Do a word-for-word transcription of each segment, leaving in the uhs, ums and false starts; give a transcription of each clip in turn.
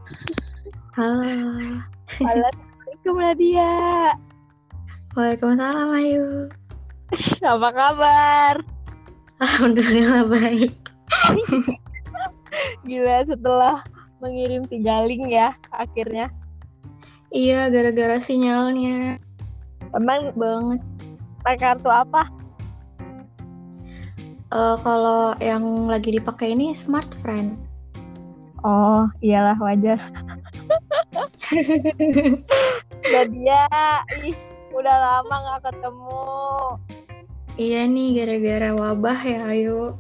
Halo. Assalamualaikum Nadia. Waalaikumsalam Ayu. Apa kabar? Alhamdulillah baik. Gila, setelah mengirim tiga link ya akhirnya. Iya, gara-gara sinyalnya. Emang Banget. pakai kartu apa? Uh, kalau yang lagi dipakai ini Smart Friend. Oh, iyalah wajar. Nadia, ih, udah lama gak ketemu. Iya nih, gara-gara wabah ya Ayu.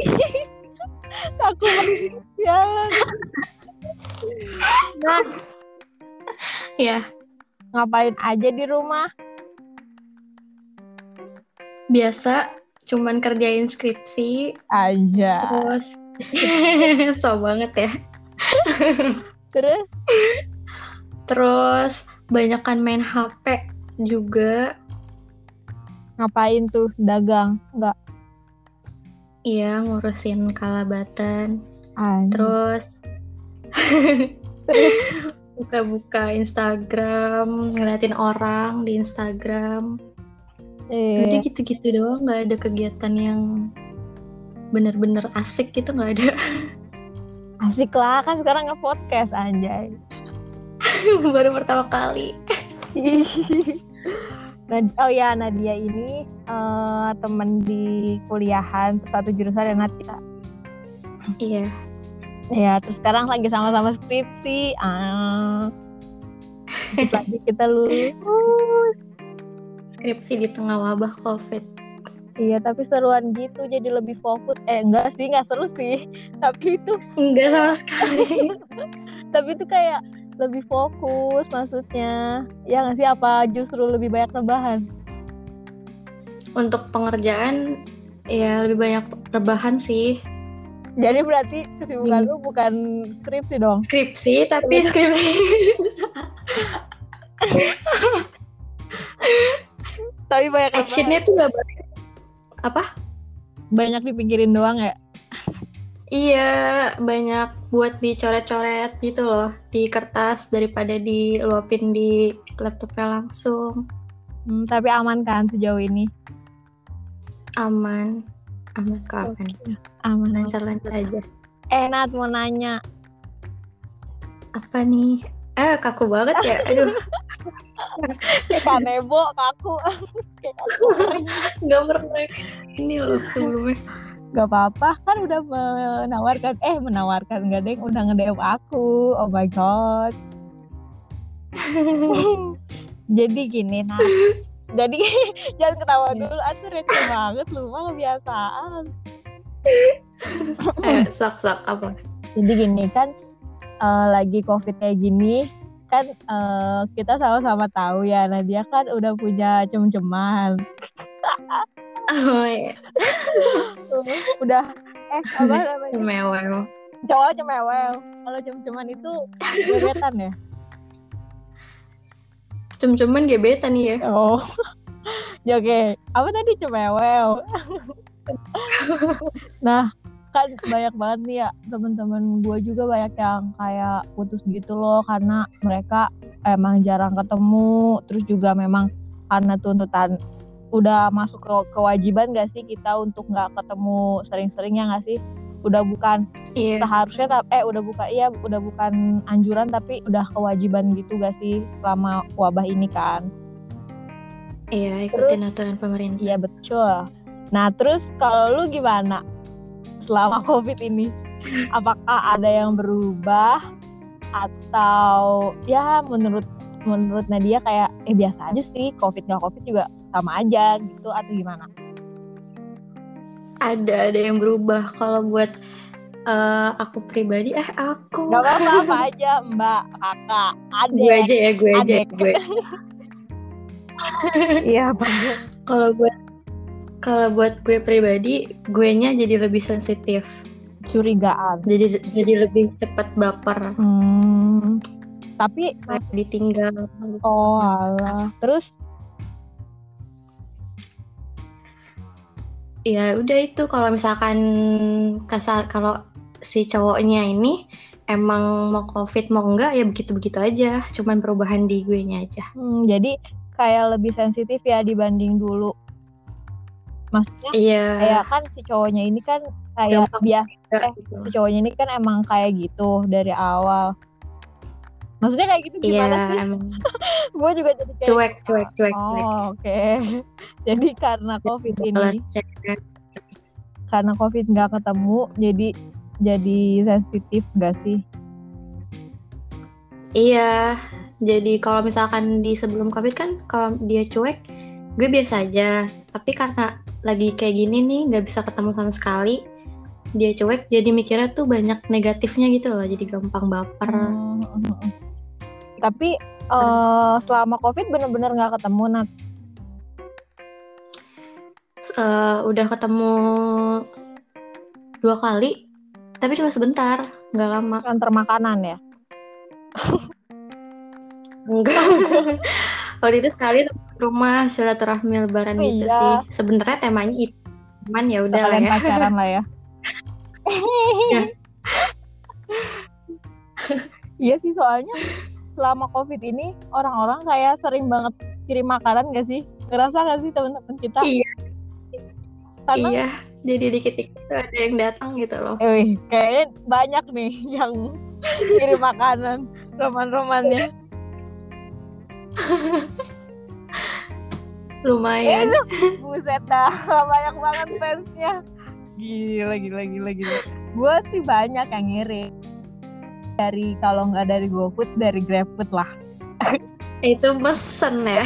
Aku ya. Nah, ya. Ngapain aja di rumah? Biasa, cuman kerjain skripsi. Aja. Terus, so banget ya. Terus? Terus, banyakan main H P juga. Ngapain tuh, dagang? Enggak. Iya, ngurusin kalabatan. Aja. Terus, buka-buka Instagram, ngeliatin orang di Instagram. Eh. Udah gitu-gitu doang, nggak ada kegiatan yang bener-bener asik gitu, nggak ada. Asik lah, kan sekarang nge-podcast anjay. Baru pertama kali. Nah, oh ya, Nadia ini uh, teman di kuliahan satu jurusan yang Nadia. Iya. Ya, terus sekarang lagi sama-sama skripsi. Ah, lagi kita lulus. Skripsi di tengah wabah COVID. Iya, tapi seruan gitu, jadi lebih fokus. Eh, enggak sih, enggak seru sih. Tapi itu enggak sama sekali. Tapi itu kayak lebih fokus maksudnya. Ya nggak sih, apa justru lebih banyak rebahan? Untuk pengerjaan ya lebih banyak rebahan sih. Jadi berarti kesibukan hmm. lu bukan skripsi dong? Skripsi, tapi skripsi. Tapi banyak actionnya tuh nggak banyak. Apa? Banyak dipikirin doang ya? Iya, banyak buat dicoret-coret gitu loh di kertas daripada diluapin di laptopnya langsung. Hmm, tapi aman kan sejauh ini? Aman, aman kok, aman. Aman, lancar-lancar aja. Eh, Nat mau nanya. Apa nih? Eh, kaku banget ya, aduh. Kayak kanebo, kaku. Kayak kaku. Gak pernah ini loh sebelumnya. Gak apa-apa, kan udah menawarkan, eh menawarkan, gak deng, udah nge-D M aku, oh my god. Jadi gini, nah, jadi jangan ketawa dulu, aku receh banget, lu mah kebiasaan. Eh, sak-sak apa? Jadi gini kan, uh, lagi covid kayak gini, kan uh, kita sama-sama tahu ya, Nadia kan udah punya cem-ceman. Oh iya. Udah eh apa namanya? Cemewel. Cowok cemewel. Kalau cem-ceman itu gebetan ya? Cem-ceman gebetan ya. Oh. Ya oke. Okay. Apa tadi cemewel? Nah, kan banyak banget nih ya teman-teman gue juga banyak yang kayak putus gitu loh karena mereka emang jarang ketemu, terus juga memang karena tuntutan udah masuk ke kewajiban gak sih kita untuk nggak ketemu sering-sering ya nggak sih? Udah bukan yeah. seharusnya eh udah bukan iya udah bukan anjuran tapi udah kewajiban gitu gak sih selama wabah ini kan? Iya, ikutin terus, aturan pemerintah. Iya betul. Nah terus kalau lu gimana selama COVID ini? Apakah ada yang berubah atau ya menurut menurut Nadia kayak eh biasa aja sih, COVID nggak COVID juga sama aja gitu atau gimana? Ada, ada yang berubah. Kalau buat uh, aku pribadi, eh aku. Gak apa-apa apa aja, Mbak, kakak, adek. Gue aja ya, gue aja, adek. gue. Iya, bagus. Kalau buat kalau buat gue pribadi, guenya jadi lebih sensitif. Curigaan. Jadi jadi lebih cepat baper. Hmm. Tapi ditinggal. Oh alah. Terus? Ya udah itu kalau misalkan kasar kalau si cowoknya ini emang mau covid mau enggak ya begitu-begitu aja, cuman perubahan di gue nya aja. Hmm, jadi kayak lebih sensitif ya dibanding dulu. Maksudnya Iya. Kayak kan si cowoknya ini kan kayak Gampang biasa juga eh gitu. si cowoknya ini kan emang kayak gitu dari awal. Maksudnya kayak gitu Iya, gimana sih? emang Gue juga jadi kayak cuek, cuek, cuek, cuek. oh oke. Okay. Jadi karena covid Balas ini, chat. karena covid nggak ketemu, jadi jadi sensitif gak sih? Iya, jadi kalau misalkan di sebelum covid kan kalau dia cuek, gue biasa aja. Tapi karena lagi kayak gini nih, nggak bisa ketemu sama sekali, dia cuek, jadi mikirnya tuh banyak negatifnya gitu loh, jadi gampang baper. Hmm. Tapi uh, selama covid bener-bener nggak ketemu Nat? Uh, udah ketemu dua kali, tapi cuma sebentar, nggak lama. Antar makanan ya? Enggak. Waktu itu sekali rumah silaturahmi lebaran Oh, gitu iya. sih. Sebenarnya temanya itu, cuman ya udah lah ya. Pacaran lah ya. Ya. Iya sih, soalnya selama covid ini orang-orang kayak sering banget kirim makanan gak sih? Ngerasa gak sih teman-teman kita? Iya. Karena, iya, jadi dikit-dikit ada yang datang gitu loh. Eh, kayaknya banyak nih yang kirim makanan, roman-romannya. Lumayan. Eh, buset dah, banyak banget fansnya. Gila, gila, gila, gila. Gue sih banyak yang ngirim. Dari kalau nggak dari GoFood, dari GrabFood lah. Itu mesen ya.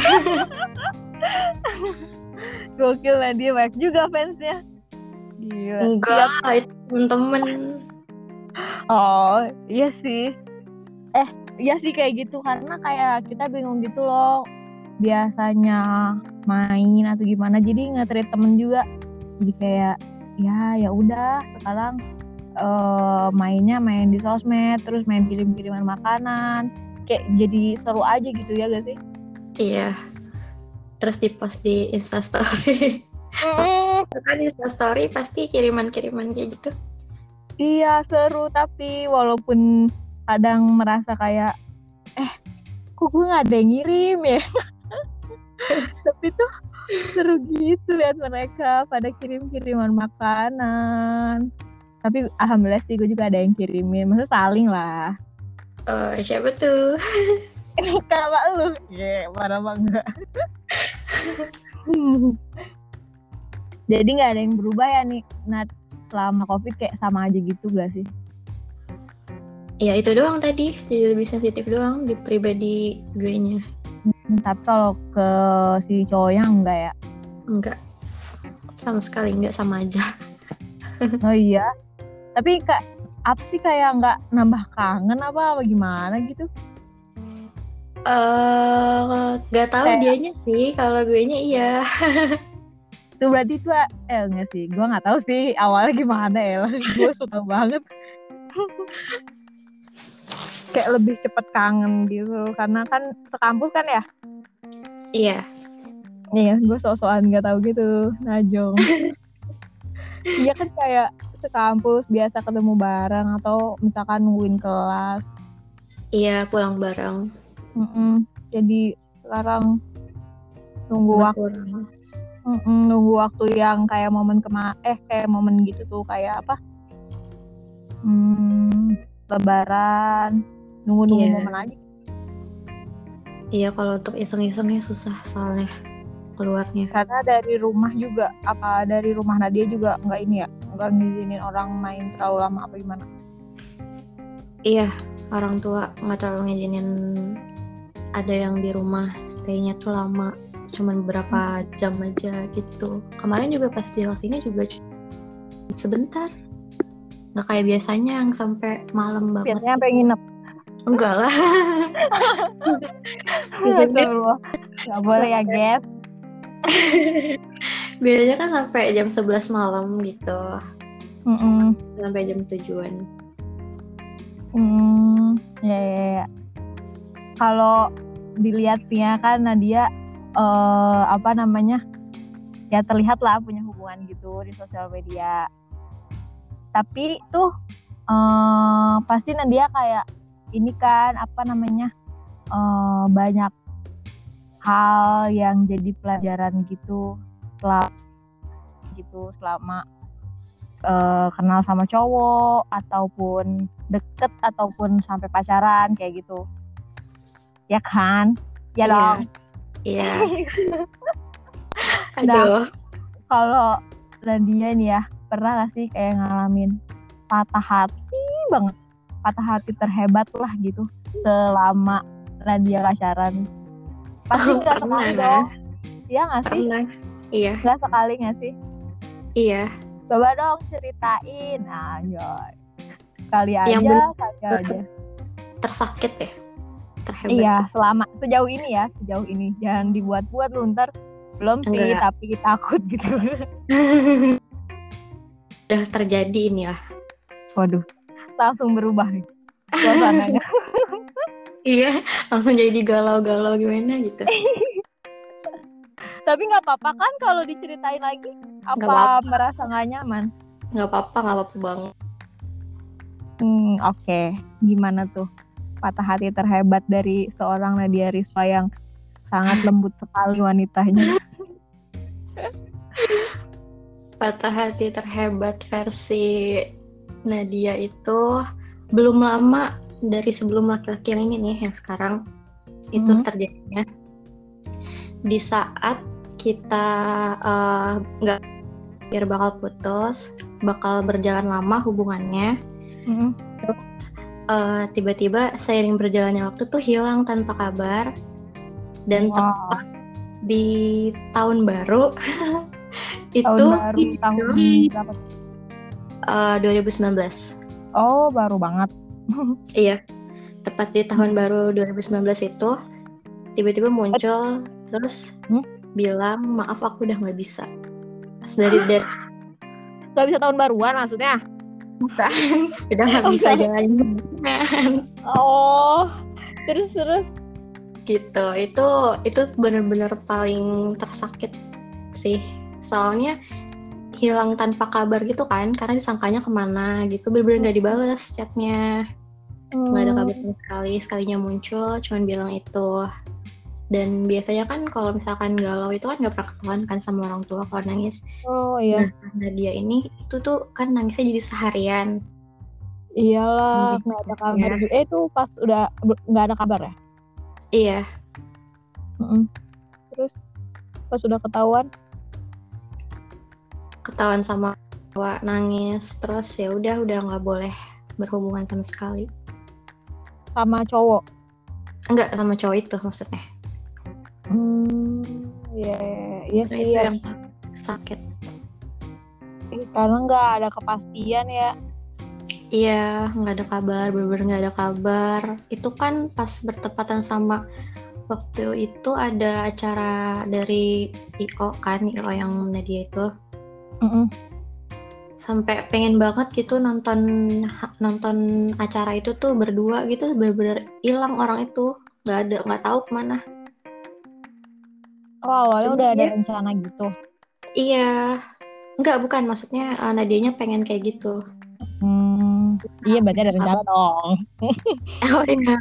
Gokil lah, dia banyak juga fansnya. Gila. Enggak, itu temen-temen. Oh, iya sih. Eh, iya sih kayak gitu, karena kayak kita bingung gitu loh. Biasanya main atau gimana, jadi nge-treat temen juga. Jadi kayak ya ya udah sekarang uh, mainnya main di sosmed, terus main kirim-kiriman makanan. Kayak jadi seru aja gitu ya gak sih? Iya. Terus di-post di Instastory. Mm. Kan Instastory pasti kiriman-kiriman kayak gitu. Iya seru, tapi walaupun kadang merasa kayak eh kok gue gak ada yang ngirim ya. Tapi tuh seru gitu lihat mereka pada kirim-kiriman makanan. Tapi alhamdulillah sih gue juga ada yang kirimin. Maksudnya saling lah. Oh, siapa tuh? Kalau lu ya yeah, marah banget. Jadi gak ada yang berubah ya nih Nat, selama covid kayak sama aja gitu gak sih? Ya itu doang tadi, jadi lebih sensitif doang di pribadi gue nya. Hmm, tapi kalau ke si cowoknya enggak ya? Enggak, sama sekali enggak, sama aja. Oh iya, tapi kak apa sih kayak nggak nambah kangen apa, apa gimana gitu? Uh, gak tahu kayak... dianya sih, kalau gue nya iya. Itu berarti tuh eh enggak sih, gue nggak tahu sih awalnya gimana ya, gue suka banget. Kayak lebih cepet kangen gitu, karena kan sekampus kan ya? Iya. Iya, gue sok-sokan nggak tahu gitu, najong. Iya kan kayak sekampus biasa ketemu bareng atau misalkan nungguin kelas. Iya, pulang bareng. Mm-mm. Jadi sekarang nunggu waktu, nunggu waktu yang kayak momen kema, eh kayak momen gitu tuh kayak apa? Hmm, Lebaran, nunggu-nunggu yeah. momen aja. Iya, kalau untuk iseng-isengnya susah soalnya keluarnya. Karena dari rumah juga, apa dari rumah Nadia juga nggak ini ya, nggak ngizinin orang main terlalu lama apa gimana? Iya, orang tua nggak terlalu ngizinin ada yang di rumah stay-nya tuh lama, cuman beberapa hmm. jam aja gitu. Kemarin juga pas di sini juga sebentar, nggak kayak biasanya yang sampai malam banget. Biasanya sampai nginep. Enggak lah. Nggak boleh ya guys. Biasanya kan sampai jam sebelas malam gitu. Mm-mm. Sampai jam tujuan. Hmm, ya ya ya. Kalau dilihatnya kan Nadia uh, apa namanya? Ya terlihat lah punya hubungan gitu di sosial media. Tapi tuh uh, pasti Nadia kayak ini kan apa namanya uh, banyak hal yang jadi pelajaran gitu selama gitu selama uh, kenal sama cowok ataupun deket ataupun sampai pacaran kayak gitu ya kan ya Iya. dong Iya. Nah, Aduh. kalau Nadia nih ya pernah gak sih kayak ngalamin patah hati banget, patah hati terhebat lah gitu selama Nadia pacaran? Pasti Oh, nggak pernah. sekali dong, iya nggak sih? Pernah. Iya. Nggak sekali nggak sih? Iya. Coba dong ceritain, aja. Kali aja, Yang bener- kali aja. Tersakit ya, terhebat. Iya, selama sejauh ini ya, sejauh ini jangan dibuat-buat lu ntar belum sih, Enggak. tapi takut gitu. Udah terjadi ini ya. Waduh, langsung berubah nih suasananya. Iya, langsung jadi galau-galau gimana gitu. Tapi nggak apa-apa kan kalau diceritain lagi? Nggak Apa apa-apa. merasa nggak nyaman? Nggak apa-apa, nggak apa-apa banget. Hmm, oke. Okay. Gimana tuh patah hati terhebat dari seorang Nadia Rizwa yang sangat lembut sekali wanitanya? Patah hati terhebat versi Nadia itu belum lama dari sebelum laki-laki yang ini nih, yang sekarang itu Mhm. terjadinya. Di saat kita nggak uh, pikir bakal putus, bakal berjalan lama hubungannya, Mhm. terus uh, tiba-tiba seiring berjalannya waktu tuh hilang tanpa kabar, dan Wow. tepat di tahun baru itu Tahun baru tahun berapa? uh, dua ribu sembilan belas. Oh, baru banget. Iya, tepat di tahun baru dua ribu sembilan belas itu tiba-tiba muncul terus Hmm? bilang maaf aku udah nggak bisa. Pas dari dari Gak bisa tahun baruan maksudnya? bukan, udah nggak bisa jalanin hubungan Oh, terus terus. gitu. Itu itu benar-benar paling tersakit sih, soalnya hilang tanpa kabar gitu kan, karena disangkanya kemana gitu, bener-bener nggak dibalas chatnya, nggak ada kabar sama sekali. Sekalinya muncul cuman bilang itu. Dan biasanya kan kalau misalkan galau itu kan nggak pernah ketahuan kan sama orang tua kalau nangis. Oh iya. Nah, karena dia ini itu tuh kan nangisnya jadi seharian. Iyalah, Hmm, nggak ada kabar. ya. juga. Eh itu pas udah nggak ada kabar ya? Iya. Mm-mm. Terus pas udah ketahuan? Ketahuan sama tua, nangis, terus ya udah udah nggak boleh berhubungan sama sekali. Sama cowok? Enggak, sama cowok itu maksudnya. Hmm, iya, iya Nah, sih itu ya. yang sakit. Karena nggak ada kepastian ya. Iya, nggak ada kabar, bener-bener nggak ada kabar. Itu kan pas bertepatan sama waktu itu ada acara dari I O kan, I O yang Nadia itu. Mm-mm. Sampai pengen banget gitu nonton nonton acara itu tuh berdua gitu, bener-bener hilang orang itu, nggak ada, nggak tahu kemana. Oh, awalnya Cuma udah ada dia- rencana gitu. Iya, nggak, bukan, maksudnya uh, Nadianya pengen kayak gitu. Hmm, iya berarti ada rencana dong. Oh iya.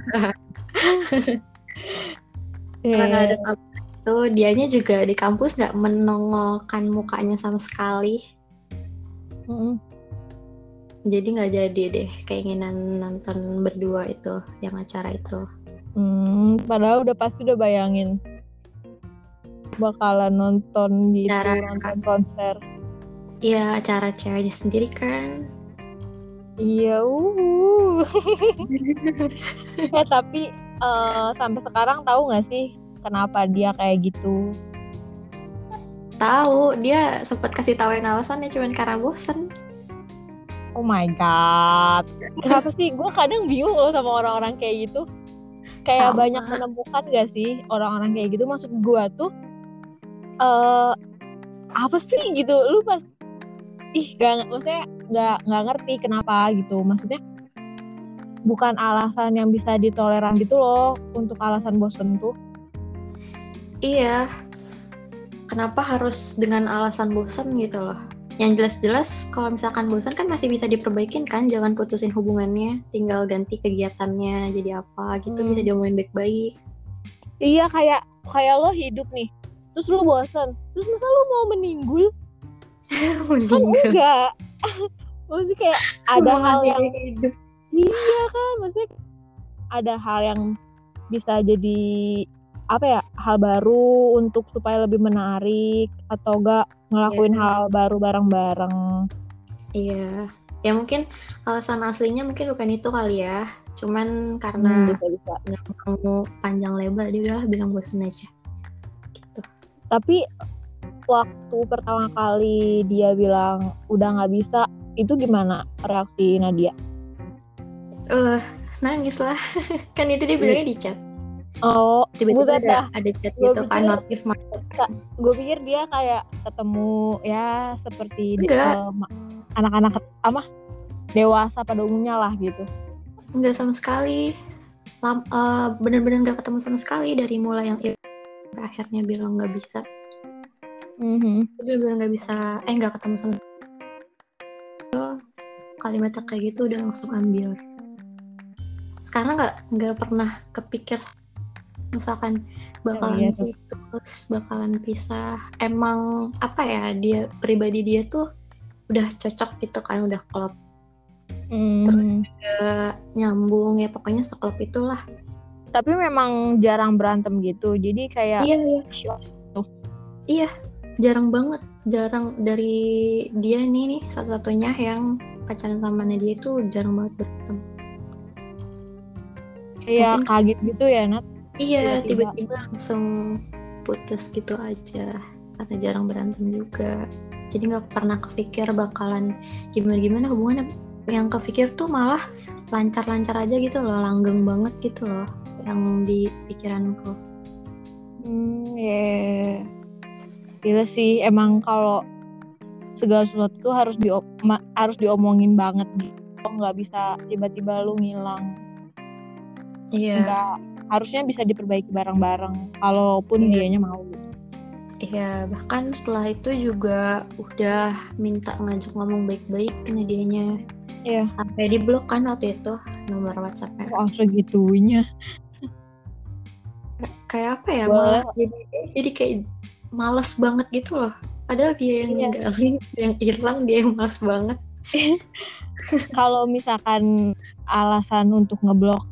Karena nggak ada Eh, kabar itu, dianya juga di kampus nggak menongolkan mukanya sama sekali. mm-mm. Jadi nggak jadi deh keinginan nonton berdua itu, yang acara itu. Hmm, padahal udah pasti udah bayangin bakalan nonton gitu, Acara- nonton konser. Iya, acara ceweknya sendiri kan. Iya, uh. Eh tapi eh, sampai sekarang tahu nggak sih kenapa dia kayak gitu? Tahu, dia sempat kasih tahuin alasannya cuman karena bosen. Oh my god, kenapa sih? Gue kadang bingung loh sama orang-orang kayak gitu. Kayak Sama. banyak menemukan gak sih orang-orang kayak gitu? Maksud gue tuh eh apa sih gitu? Lu pas ih gak, maksudnya nggak nggak ngerti kenapa gitu. Maksudnya bukan alasan yang bisa ditoleran gitu loh untuk alasan bosen tuh. Iya. Kenapa harus dengan alasan bosen gitu loh? yang jelas-jelas kalau misalkan bosan kan masih bisa diperbaikin kan, jangan putusin hubungannya, tinggal ganti kegiatannya jadi apa gitu, Hmm. bisa diomongin baik-baik. Iya, kayak kayak lo hidup nih, terus lo bosan, terus masa lo mau meninggal? Kan enggak. Maksudnya kayak ada hal yang hidup. Iya kan, maksudnya ada hal yang bisa jadi apa ya, hal baru untuk supaya lebih menarik, atau enggak ngelakuin Yeah. hal baru bareng-bareng. Iya, ya mungkin alasan aslinya mungkin bukan itu kali ya, cuman karena bisa-bisa nggak mau panjang lebar, dia udah bilang bosen aja gitu. Tapi waktu pertama kali dia bilang udah nggak bisa, itu gimana reaksi Nadia? Eh, uh, nangis lah. Kan itu dia bilangnya di chat. Oh, tiba-tiba ada, ada chat gua gitu pikir, kan, notif masuk. Gue pikir dia kayak ketemu ya seperti Enggak. De- uh, anak-anak apa dewasa pada umumnya lah gitu. Enggak sama sekali. Lam, uh, bener-bener nggak ketemu sama sekali dari mulai yang akhirnya bilang nggak bisa. Mm-hmm. Bener-bener nggak bisa, eh nggak ketemu sama kalimat kayak gitu udah langsung ambil. Sekarang nggak nggak pernah kepikir misalkan bakalan oh, iya, putus, bakalan pisah. Emang apa ya, dia pribadi dia tuh udah cocok gitu kan, udah klop. Mm. Terus juga nyambung ya, pokoknya seklop itulah. Tapi memang jarang berantem gitu, jadi kayak iya iya tuh. Iya, jarang banget, jarang. Dari dia nih nih satu-satunya yang pacaran sama Nadia itu jarang banget berantem. Kayak kaget gitu ya, Nat? Iya, tiba-tiba. tiba-tiba langsung putus gitu aja, karena jarang berantem juga. Jadi nggak pernah kepikir bakalan gimana-gimana hubungannya. Yang kepikir tuh malah lancar-lancar aja gitu loh, langgeng banget gitu loh yang di pikiranku. Hmm, ya yeah. Gila sih, emang kalau segala sesuatu tuh harus di ma- harus diomongin banget gitu. Nggak bisa tiba-tiba lu ngilang. Iya. Nggak, harusnya bisa diperbaiki bareng-bareng, kalaupun iya. dianya mau. Iya, bahkan setelah itu juga udah minta ngajak ngomong baik-baik ke dianya. Iya. Sampai di blok kan waktu itu nomor WhatsApp-nya. Wah, segitunya. Kayak apa ya, Boleh. malah jadi, jadi kayak males banget gitu loh. Padahal dia yang iya. ninggalin, yang hilang, dia yang males banget. Kalau misalkan alasan untuk ngeblok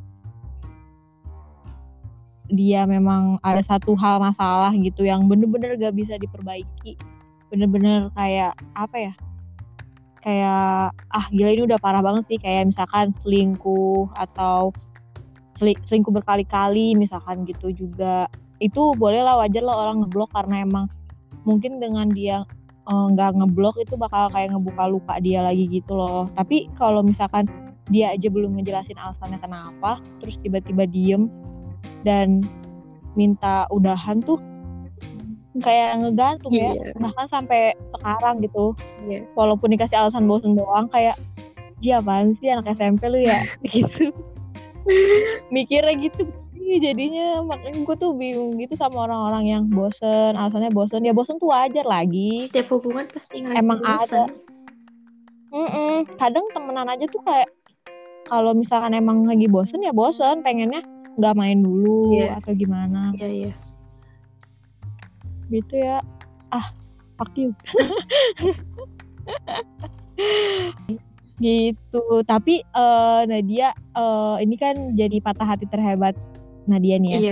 dia memang ada satu hal masalah gitu yang bener-bener gak bisa diperbaiki, bener-bener kayak apa ya, kayak ah gila ini udah parah banget sih, kayak misalkan selingkuh atau selingkuh berkali-kali misalkan gitu juga, itu boleh lah, wajar lah orang ngeblok karena emang mungkin dengan dia nggak uh, ngeblok itu bakal kayak ngebuka luka dia lagi gitu loh. Tapi kalau misalkan dia aja belum ngejelasin alasannya kenapa, terus tiba-tiba diem dan minta udahan tuh kayak ngegantung yeah. ya, bahkan sampai sekarang gitu. Yeah. Walaupun dikasih alasan bosen doang, kayak dia apaan sih anak S M P lu ya gitu. Mikirnya gitu jadinya. Makanya gue tuh bingung gitu sama orang-orang yang bosen, alasannya bosen. Ya bosen tuh wajar lagi, setiap hubungan pasti emang bosen. Ada Mm-mm. Kadang temenan aja tuh kayak kalau misalkan emang lagi bosen ya bosen, pengennya nggak main dulu yeah. atau gimana. Iya yeah, iya yeah. Gitu ya. Ah, fuck you. Gitu. Tapi uh, Nadia uh, ini kan jadi patah hati terhebat Nadia nih ya. Iya.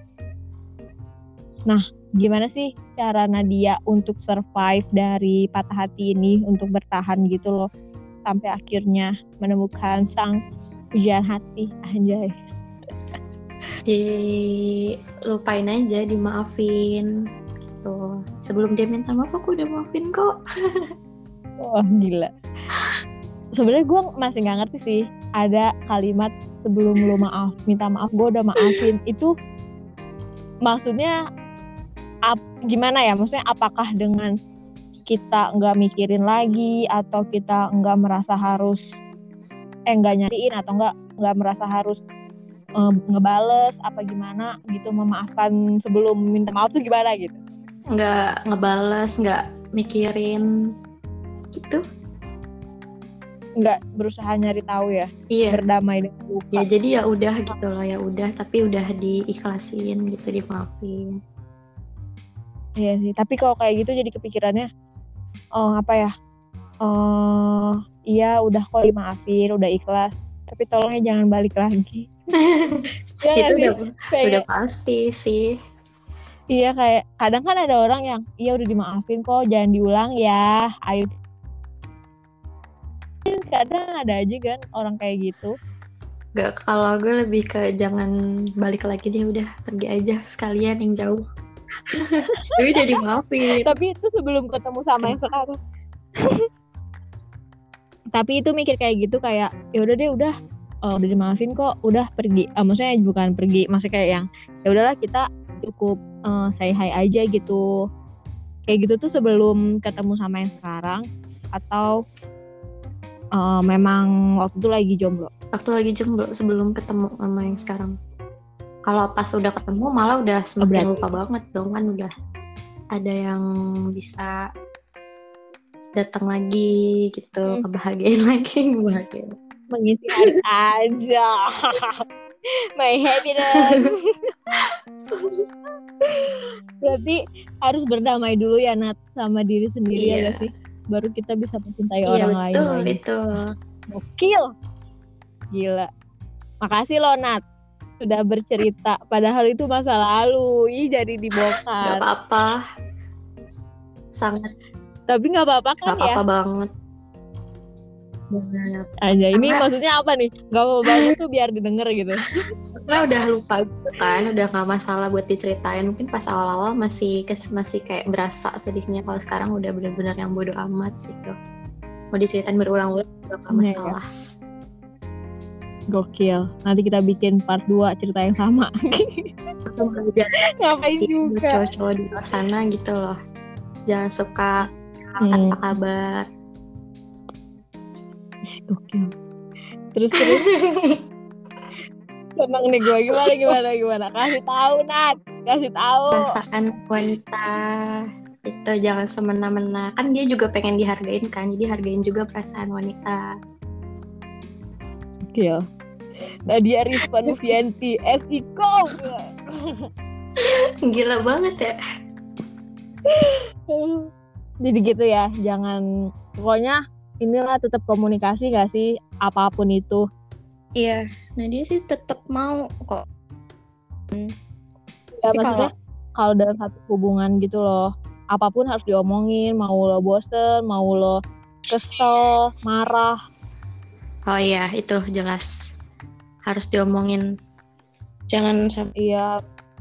Nah, gimana sih cara Nadia untuk survive dari patah hati ini, untuk bertahan gitu loh sampai akhirnya menemukan sang pujian hati, anjay. Dilupain aja, dimaafin gitu. Sebelum dia minta maaf aku udah maafin kok. Wah, gila. Sebenarnya gue masih nggak ngerti sih, ada kalimat sebelum lo maaf, minta maaf gue udah maafin, itu maksudnya ap, gimana ya, maksudnya apakah dengan kita nggak mikirin lagi, atau kita nggak merasa harus eh nggak nyariin, atau nggak nggak merasa harus eh, ngebales apa gimana gitu, memaafkan sebelum minta maaf tuh gimana gitu? Nggak ngebales, nggak mikirin. gitu. Nggak berusaha nyari tahu ya, Iya. berdamai dengan luka. Ya jadi ya udah gitu loh, ya udah, tapi udah diikhlasin gitu, dimaafin. Iya sih, tapi kalau kayak gitu jadi kepikirannya, oh apa ya, oh iya udah kok dimaafin, udah ikhlas, tapi tolongnya jangan balik lagi. Ya Itu nggak sih? udah Kayak, udah pasti sih. iya kayak kadang kan ada orang yang iya udah dimaafin kok, jangan diulang ya, ayo. Kadang ada aja kan orang kayak gitu. Gak, kalau gue lebih ke jangan balik lagi deh, udah pergi aja sekalian yang jauh. Tapi jadi maafin. Tapi itu sebelum ketemu sama yang sekarang. Tapi itu mikir kayak gitu kayak ya udah deh udah oh, udah dimaafin kok, udah pergi. Ah, maksudnya bukan pergi, maksudnya kayak yang ya udahlah kita cukup uh, say hi aja gitu. Kayak gitu tuh sebelum ketemu sama yang sekarang atau uh, memang waktu itu lagi jomblo? Waktu lagi jomblo sebelum ketemu sama yang sekarang. Kalau pas udah ketemu malah udah semakin lupa banget dong, kan udah ada yang bisa datang lagi gitu, hmm. kebahagiaan lagi, kebahagiaan. Mengisi hari aja. My happiness. Berarti harus berdamai dulu ya Nat sama diri sendiri, iya. Ya gak sih? Baru kita bisa mencintai iya, orang betul, lain lagi. Iya betul, Gokil. Gila. Makasih loh Nat sudah bercerita. Padahal itu masa lalu. Ih jadi dibongkar. Gak apa-apa. Sangat. Tapi gak apa-apa kan gak apa-apa ya? Gak banget. Aja ini karena, maksudnya apa nih? Gak apa-apa banget tuh biar didengar gitu. Karena udah lupa gitu kan, udah gak masalah buat diceritain. Mungkin pas awal-awal masih masih kayak berasa sedihnya. Kalau sekarang udah benar-benar yang bodo amat gitu. Mau diceritain berulang-ulang juga gak masalah. Ya. Gokil. Nanti kita bikin part dua cerita yang sama. Ngapain juga cowok-cowok di luar sana gitu loh. Jangan suka hmm. tanpa kabar. Gokil. Terus terus. Senang nih gue, gimana gimana gimana. Kasih tahu Nat, kasih tahu. Perasaan wanita itu jangan semena-mena. Kan dia juga pengen dihargain kan. Jadi hargain juga perasaan wanita. Gokil. Nadia Rizpa Nufianti S I K O M. Gila banget ya. Jadi gitu ya, jangan, pokoknya inilah tetap komunikasi gak sih, apapun itu. Iya, Nadia sih tetap mau kok. Ya maksudnya kalau dalam satu hubungan gitu loh, apapun harus diomongin, mau lo bosen, mau lo kesel, marah. Oh iya, itu jelas. Harus diomongin. Jangan sampai iya.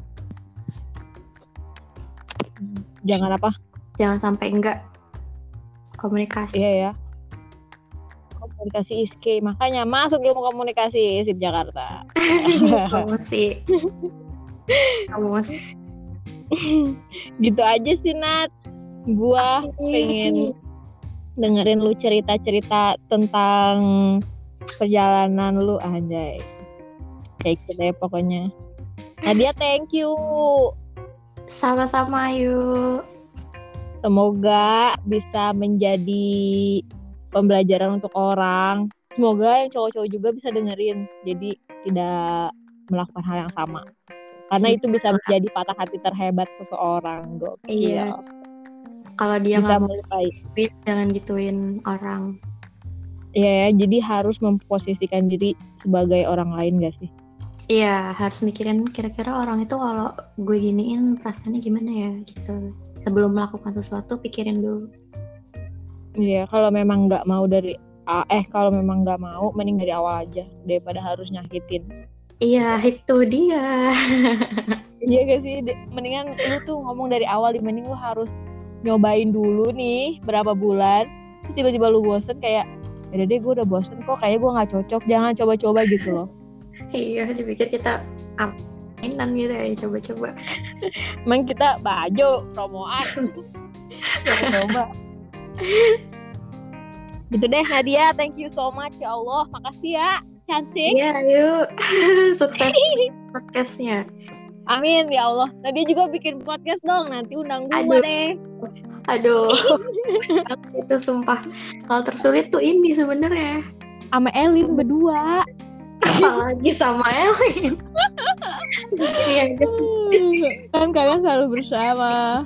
Jangan apa? Jangan sampai enggak komunikasi. Iya ya. Komunikasi is key. Makanya masuk ilmu komunikasi S I P Jakarta. Kamu sih. Kamu sih. Gitu aja sih Nat. Gua pengen dengerin lu cerita-cerita tentang perjalanan lu, anjay. Kayak gitu deh pokoknya. Nadia, thank you. Sama-sama yuk. Semoga bisa menjadi pembelajaran untuk orang. Semoga yang cowok-cowok juga bisa dengerin. Jadi tidak melakukan hal yang sama. Karena itu bisa menjadi patah hati terhebat seseorang. Gokil. Iya. Kalau dia bisa nggak mau, jangan gituin orang. Iya ya, jadi harus memposisikan diri sebagai orang lain gak sih? Iya, harus mikirin kira-kira orang itu kalau gue giniin perasaannya gimana ya gitu. Sebelum melakukan sesuatu pikirin dulu. Iya, kalau memang nggak mau dari eh kalau memang nggak mau mending dari awal aja daripada harus nyakitin. Iya, itu dia. Iya gak sih, mendingan lu tuh ngomong dari awal, mending lu harus nyobain dulu nih berapa bulan, terus tiba-tiba lu bosen kayak udah deh gue udah bosen kok, kayaknya gue nggak cocok, jangan coba-coba gitu loh. Iya, dipikir kita mainan gitu ya, coba-coba. Emang kita baju promoan. Coba-coba. Gitu deh Nadia, thank you so much ya Allah, makasih ya, cantik. Iya, yuk. Sukses podcastnya. Amin ya Allah. Nadia juga bikin podcast dong, nanti undang gue deh. Aduh, itu sumpah hal tersulit tuh ini sebenarnya. Sama Elin berdua. Apalagi sama Elin. Iya, kan kalian selalu bersama.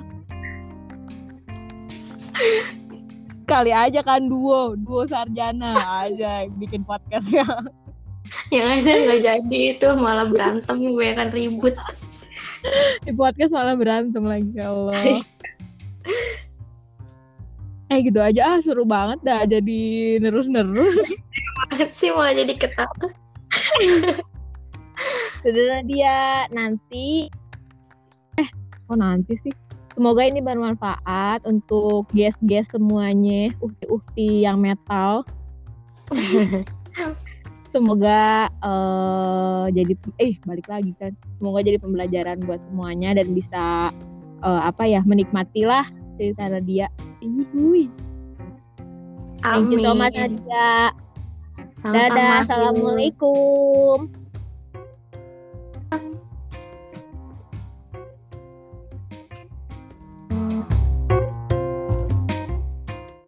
Kali aja kan duo, duo sarjana aja bikin podcastnya. Yang ada nggak jadi itu malah berantem, gue akan ribut. Di podcast malah berantem lagi, ya Allah. Eh gitu aja, ah seru banget dah jadi nerus-nerus. Banget sih malah jadi ketawa. Sudah dia nanti, eh, oh nanti sih. Semoga ini bermanfaat untuk guest-guest semuanya, uhti-uhti yang metal. Semoga uh, jadi, eh balik lagi kan. Semoga jadi pembelajaran buat semuanya dan bisa uh, apa ya menikmatilah cerita Nadia. Amin. Thank you so much Nadia. Dadah, assalamualaikum.